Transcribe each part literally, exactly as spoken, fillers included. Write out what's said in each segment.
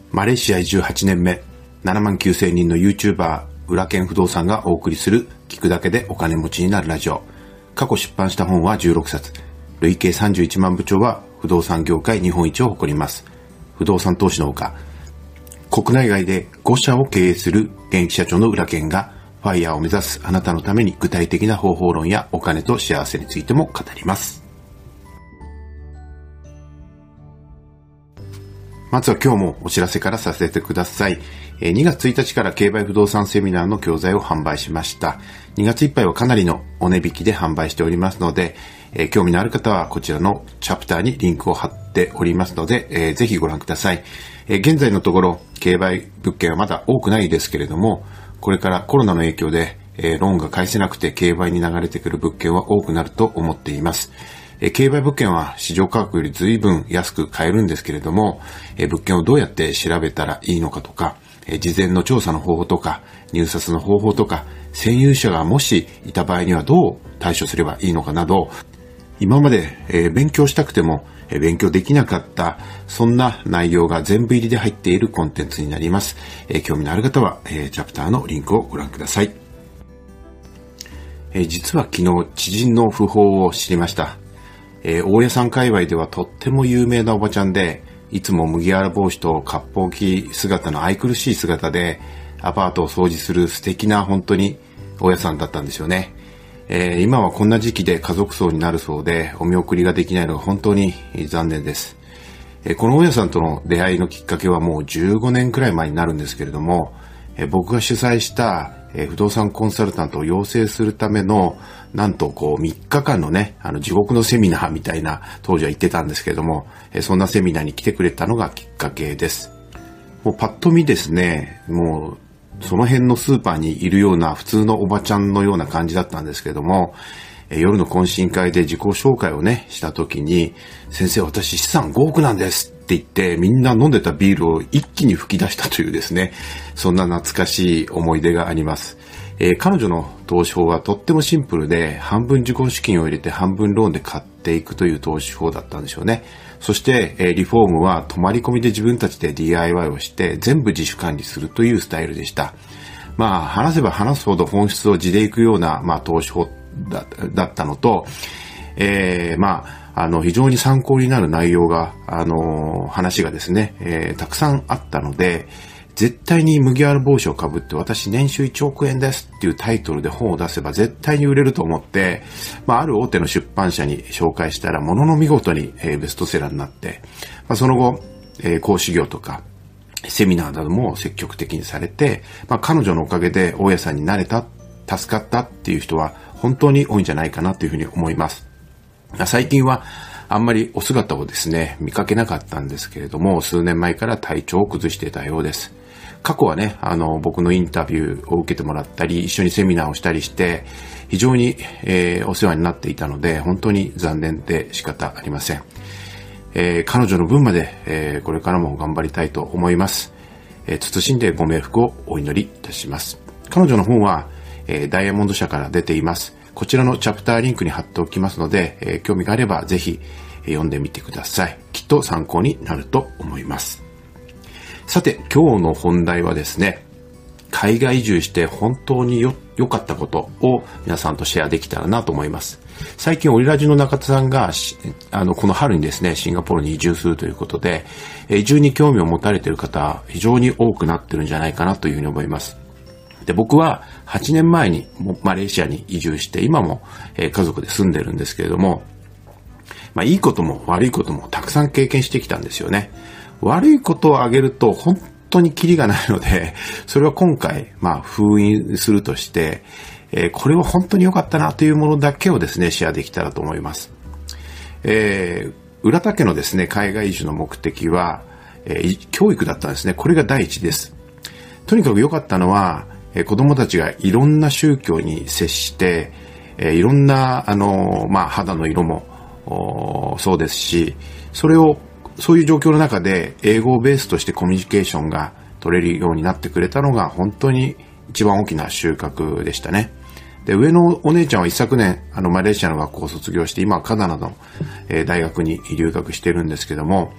マレーシア移住はちねんめ、ななまんきゅうせんにんの YouTuber、裏剣不動産がお送りする聞くだけでお金持ちになるラジオ。過去出版した本はじゅうろくさつ、累計さんじゅういちまんぶちょうは不動産業界日本一を誇ります。不動産投資のほか、国内外でごしゃを経営する現役社長の裏剣が、ファイヤーを目指すあなたのために具体的な方法論やお金と幸せについても語ります。まずは今日もお知らせからさせてください。にがつついたちから競売不動産セミナーの教材を販売しました。にがついっぱいはかなりのお値引きで販売しておりますので、えー、興味のある方はこちらのチャプターにリンクを貼っておりますので、えー、ぜひご覧ください。えー、現在のところ競売物件はまだ多くないですけれども、これからコロナの影響で、えー、ローンが返せなくて競売に流れてくる物件は多くなると思っています。え競売物件は市場価格より随分安く買えるんですけれども、え物件をどうやって調べたらいいのかとか、え事前の調査の方法とか、入札の方法とか、占有者がもしいた場合にはどう対処すればいいのかなど、今まで、え勉強したくても、え勉強できなかった、そんな内容が全部入りで入っているコンテンツになります。え興味のある方は、えチャプターのリンクをご覧ください。え実は昨日、知人の訃報を知りました。えー、大家さん界隈ではとっても有名なおばちゃんで、いつも麦わら帽子と割烹着姿の愛くるしい姿で、アパートを掃除する素敵な本当に大家さんだったんですよね。えー、今はこんな時期で家族葬になるそうで、お見送りができないのが本当に残念です。えー、この大家さんとの出会いのきっかけはもうじゅうごねんくらい前になるんですけれども、えー、僕が主催したえー、不動産コンサルタントを養成するための、なんとこうみっかかんのね、あの地獄のセミナーみたいな当時は言ってたんですけれども、えー、そんなセミナーに来てくれたのがきっかけです。もうパッと見ですね、もうその辺のスーパーにいるような普通のおばちゃんのような感じだったんですけれども、えー、夜の懇親会で自己紹介をね、した時に、先生私資産ごおくなんですって言ってみんな飲んでたビールを一気に吹き出したというですね、そんな懐かしい思い出があります。えー、彼女の投資法はとってもシンプルで、半分自己資金を入れて半分ローンで買っていくという投資法だったんでしょうね。そして、えー、リフォームは泊まり込みで自分たちで ディーアイワイ をして全部自主管理するというスタイルでした。まあ話せば話すほど本質を地でいくような、まあ、投資法だ, だったのと、えー、まあ、あの、非常に参考になる内容が、あのー、話がですね、えー、たくさんあったので、絶対に麦わら帽子をかぶって私年収いちおくえんですっていうタイトルで本を出せば絶対に売れると思って、まあ、ある大手の出版社に紹介したら、ものの見事に、えー、ベストセラーになって、まあ、その後、えー、講師業とか、セミナーなども積極的にされて、まあ、彼女のおかげで大家さんになれた、助かったっていう人は本当に多いんじゃないかなというふうに思います。最近はあんまりお姿をですね、見かけなかったんですけれども、数年前から体調を崩していたようです。過去はね、あの、僕のインタビューを受けてもらったり、一緒にセミナーをしたりして、非常に、えー、お世話になっていたので、本当に残念で仕方ありません。えー、彼女の分まで、えー、これからも頑張りたいと思います。えー、謹んでご冥福をお祈りいたします。彼女の本は、えー、ダイヤモンド社から出ています。こちらのチャプターリンクに貼っておきますので、えー、興味があればぜひ、えー、読んでみてください。きっと参考になると思います。さて、今日の本題はですね、海外移住して本当によ良かったことを皆さんとシェアできたらなと思います。最近オリラジの中田さんがあのこの春にですね、シンガポールに移住するということで、移住に興味を持たれている方非常に多くなってるんじゃないかなというふうに思います。で、僕ははちねんまえにマレーシアに移住して今も家族で住んでるんですけれども、まあいいことも悪いこともたくさん経験してきたんですよね。悪いことを挙げると本当にキリがないので、それは今回まあ封印するとして、えー、これは本当に良かったなというものだけをですねシェアできたらと思います。えー、浦田家のですね海外移住の目的は、えー、教育だったんですね。これが第一です。とにかく良かったのは、えー、子供たちがいろんな宗教に接して、えー、いろんなあのー、まあ肌の色もそうですし、それをそういう状況の中で英語をベースとしてコミュニケーションが取れるようになってくれたのが本当に一番大きな収穫でしたね。で、上のお姉ちゃんは一昨年あのマレーシアの学校を卒業して今はカナダの、えー、大学に留学してるんですけども、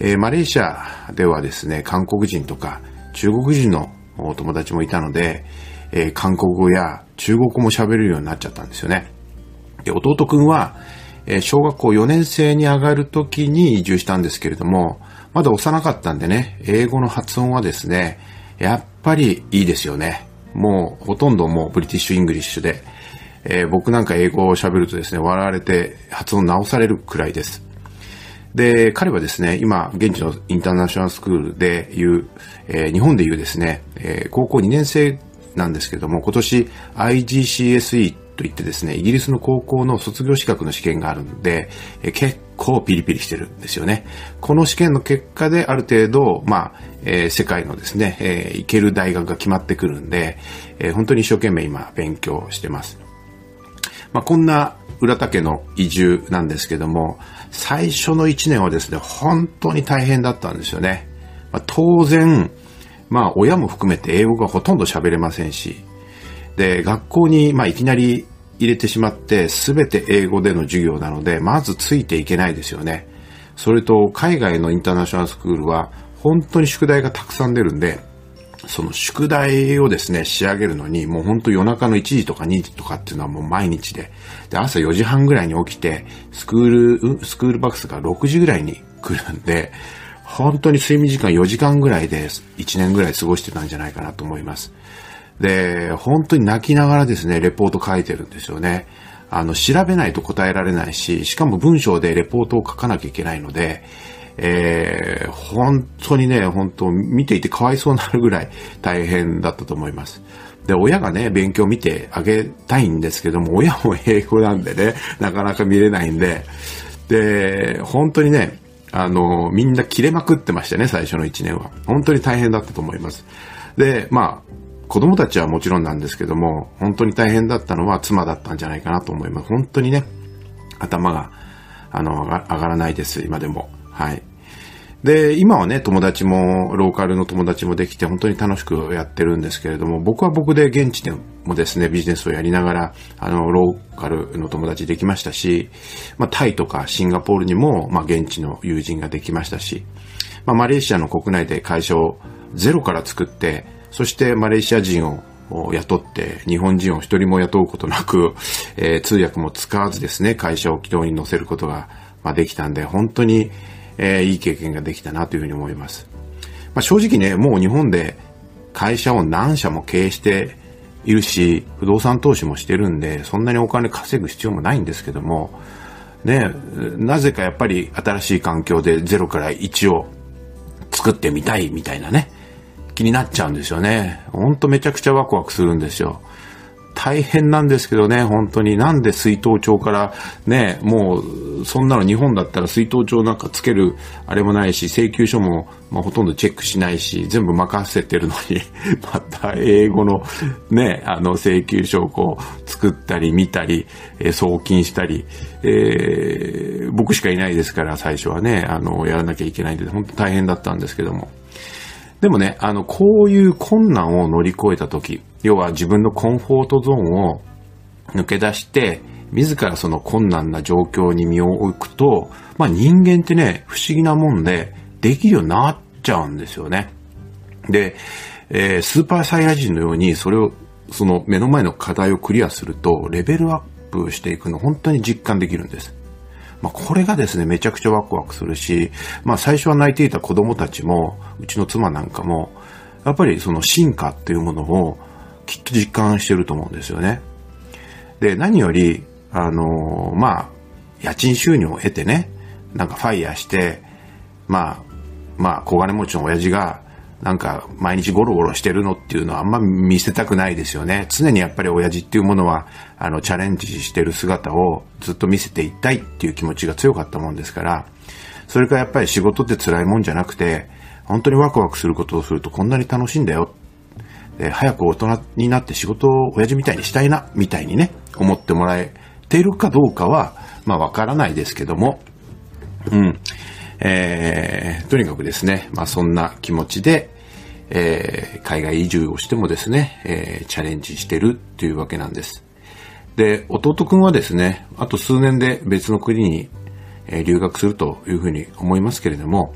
えー、マレーシアではですね、韓国人とか中国人のお友達もいたので、えー、韓国語や中国語も喋れるようになっちゃったんですよね。で、弟くんは、えー、小学校よねん生に上がるときに移住したんですけれども、まだ幼かったんでね、英語の発音はですね、やっぱりいいですよね。もうほとんどもうブリティッシュイングリッシュで、えー、僕なんか英語を喋るとですね、笑われて発音直されるくらいです。で、彼はですね、今、現地のインターナショナルスクールでいう、えー、日本でいうですね、えー、高校にねん生なんですけども、今年 アイジーシーエスイー といってですね、イギリスの高校の卒業資格の試験があるので、えー、結構ピリピリしてるんですよね。この試験の結果である程度、まあ、えー、世界のですね、えー、行ける大学が決まってくるんで、えー、本当に一生懸命今勉強してます。まあ、こんな浦田家の移住なんですけども、最初のいちねんはですね、本当に大変だったんですよね。まあ、当然、まあ親も含めて英語がほとんど喋れませんし、で、学校にまあいきなり入れてしまって全て英語での授業なので、まずついていけないですよね。それと海外のインターナショナルスクールは本当に宿題がたくさん出るんで、その宿題をですね、仕上げるのに、もう本当夜中のいちじとかにじとかっていうのはもう毎日で、で、朝よじはんぐらいに起きて、スクール、スクールバスがろくじぐらいに来るんで、本当に睡眠時間よじかんぐらいでいちねんぐらい過ごしてたんじゃないかなと思います。で、本当に泣きながらですね、レポート書いてるんですよね。あの、調べないと答えられないし、しかも文章でレポートを書かなきゃいけないので、えー、本当にね、本当見ていてかわいそうになるぐらい大変だったと思います。で、親がね、勉強見てあげたいんですけども、親も英語なんでね、なかなか見れないんで、で、本当にね、あの、みんな切れまくってましたね、最初のいちねんは。本当に大変だったと思います。で、まあ、子供たちはもちろんなんですけども、本当に大変だったのは妻だったんじゃないかなと思います。本当にね、頭が、あの、上がらないです、今でも。はい。で、今はね、友達も、ローカルの友達もできて、本当に楽しくやってるんですけれども、僕は僕で現地でもですね、ビジネスをやりながら、あの、ローカルの友達できましたし、まあ、タイとかシンガポールにも、まあ、現地の友人ができましたし、まあ、マレーシアの国内で会社をゼロから作って、そしてマレーシア人を雇って、日本人を一人も雇うことなく、えー、通訳も使わずですね、会社を軌道に乗せることが、まあ、できたんで、本当に、えー、いい経験ができたなというふうに思います。まあ、正直ね、もう日本で会社を何社も経営しているし、不動産投資もしてるんで、そんなにお金稼ぐ必要もないんですけども、ね、なぜかやっぱり新しい環境でゼロからいちを作ってみたいみたいなね、気になっちゃうんですよね。ほんとめちゃくちゃワクワクするんですよ。大変なんですけどね、本当に。なんで水頭帳からね、もうそんなの日本だったら水頭帳なんかつけるあれもないし、請求書も、まあ、ほとんどチェックしないし、全部任せてるのにまた英語のね、あの請求書をこう作ったり見たり、えー、送金したり、えー、僕しかいないですから最初はね、あのやらなきゃいけないんで本当大変だったんですけども。でもね、あの、こういう困難を乗り越えたとき、要は自分のコンフォートゾーンを抜け出して、自らその困難な状況に身を置くと、まあ人間ってね、不思議なもんで、できるようになっちゃうんですよね。で、えー、スーパーサイヤ人のように、それを、その目の前の課題をクリアすると、レベルアップしていくの本当に実感できるんです。まあ、これがですね、めちゃくちゃワクワクするし、まあ、最初は泣いていた子供たちも、うちの妻なんかも、やっぱりその進化っていうものをきっと実感してると思うんですよね。で、何より、あのー、まあ、家賃収入を得てね、なんかファイヤーして、まあ、まあ、小金持ちの親父が、なんか毎日ゴロゴロしてるのっていうのはあんま見せたくないですよね。常にやっぱり親父っていうものはあのチャレンジしてる姿をずっと見せていたいっていう気持ちが強かったもんですから、それからやっぱり仕事って辛いもんじゃなくて、本当にワクワクすることをするとこんなに楽しいんだよ。で、早く大人になって仕事を親父みたいにしたいなみたいにね、思ってもらえているかどうかはまあわからないですけども、うん。えー、とにかくですね、まあそんな気持ちで、えー、海外移住をしてもですね、えー、チャレンジしてるっていうわけなんです。で、弟くんはですね、あと数年で別の国に、えー、留学するというふうに思いますけれども、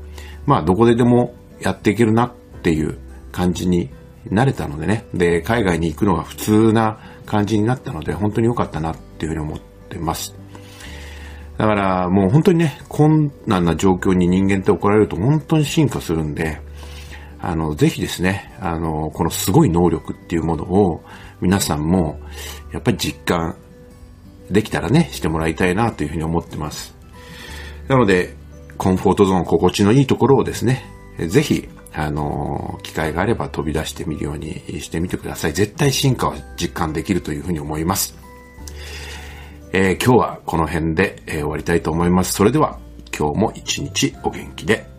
まあどこででもやっていけるなっていう感じに慣れたのでね。で、海外に行くのが普通な感じになったので、本当に良かったなっていうふうに思ってます。だからもう本当にね、困難な状況に人間って置かれると本当に進化するんで、あの、ぜひですね、あの、このすごい能力っていうものを皆さんもやっぱり実感できたらね、してもらいたいなというふうに思ってます。なので、コンフォートゾーン心地のいいところをですね、ぜひ、あの、機会があれば飛び出してみるようにしてみてください。絶対進化を実感できるというふうに思います。えー、今日はこの辺で、えー、終わりたいと思います。それでは今日も一日お元気で。